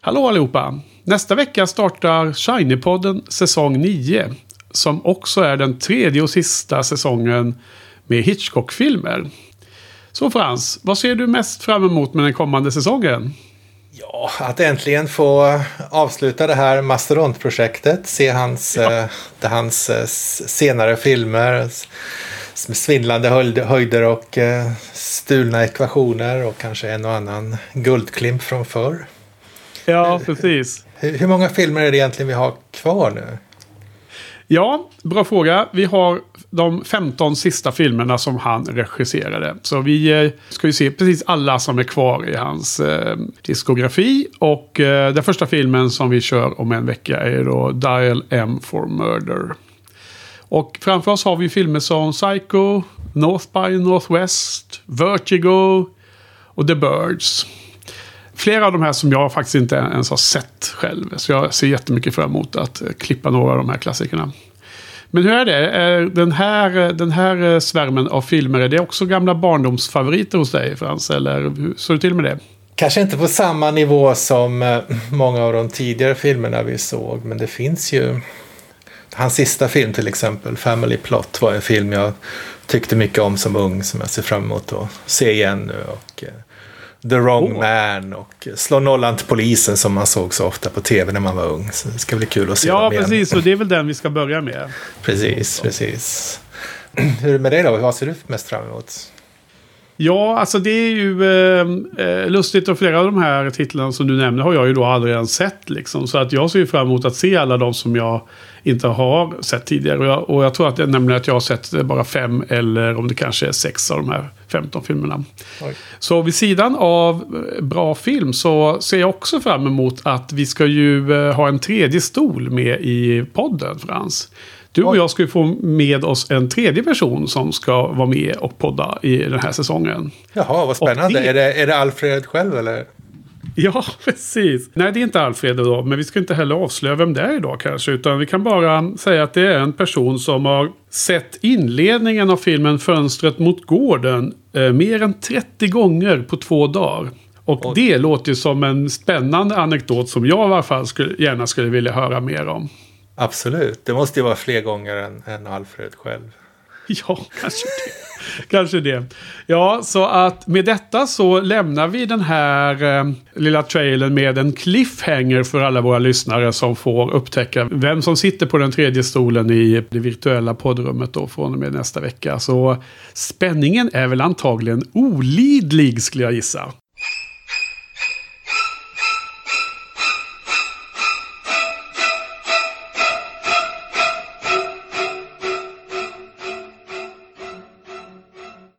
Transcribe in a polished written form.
Hallå allihopa! Nästa vecka startar Shiny-podden säsong 9, som också är den tredje och sista säsongen med Hitchcock-filmer. Så Frans, vad ser du mest fram emot med den kommande säsongen? Ja, att äntligen få avsluta det här mastodontprojektet, se hans senare filmer med svindlande höjder och stulna ekvationer och kanske en och annan guldklimp från förr. Ja, precis. Hur många filmer är det egentligen vi har kvar nu? Ja, bra fråga. Vi har de 15 sista filmerna som han regisserade. Så vi ska ju se precis alla som är kvar i hans diskografi. Och den första filmen som vi kör om en vecka är då Dial M for Murder. Och framför oss har vi filmer som Psycho, North by Northwest, Vertigo och The Birds. Flera av de här som jag faktiskt inte ens har sett själv. Så jag ser jättemycket fram emot att klippa några av de här klassikerna. Men hur är det? Den här svärmen av filmer, är det också gamla barndomsfavoriter hos dig, Frans? Eller hur står det till med det? Kanske inte på samma nivå som många av de tidigare filmerna vi såg. Men det finns ju... Hans sista film till exempel, Family Plot, var en film jag tyckte mycket om som ung. Som jag ser fram emot att se igen nu. Och... The Wrong Man och Slå nollan till polisen som man såg så ofta på tv när man var ung. Så det ska bli kul att se dem igen. Ja, precis. Och det är väl den vi ska börja med. Precis. Hur är det med dig då? Vad ser du mest fram emot? Ja, alltså det är ju lustigt, och flera av de här titlarna som du nämner har jag ju då aldrig ens sett liksom. Så att jag ser ju fram emot att se alla de som jag inte har sett tidigare. Och jag tror att nämligen att jag har sett bara 5 eller om det kanske är 6 av de här 15 filmerna. Oj. Så vid sidan av bra film så ser jag också fram emot att vi ska ju ha en tredje stol med i podden, Frans. Du och jag ska ju få med oss en tredje person som ska vara med och podda i den här säsongen. Jaha, vad spännande. Är det Alfred själv eller? Ja, precis. Nej, det är inte Alfred då, men vi ska inte heller avslöja vem det är idag kanske, utan vi kan bara säga att det är en person som har sett inledningen av filmen Fönstret mot gården mer än 30 gånger på 2 dagar. Och det låter ju som en spännande anekdot som jag i alla fall gärna skulle vilja höra mer om. Absolut, det måste ju vara fler gånger än Alfred själv. Ja, kanske det. Ja, så att med detta så lämnar vi den här lilla trailern med en cliffhanger för alla våra lyssnare som får upptäcka vem som sitter på den tredje stolen i det virtuella poddrummet då från och med nästa vecka. Så spänningen är väl antagligen olidlig, skulle jag gissa.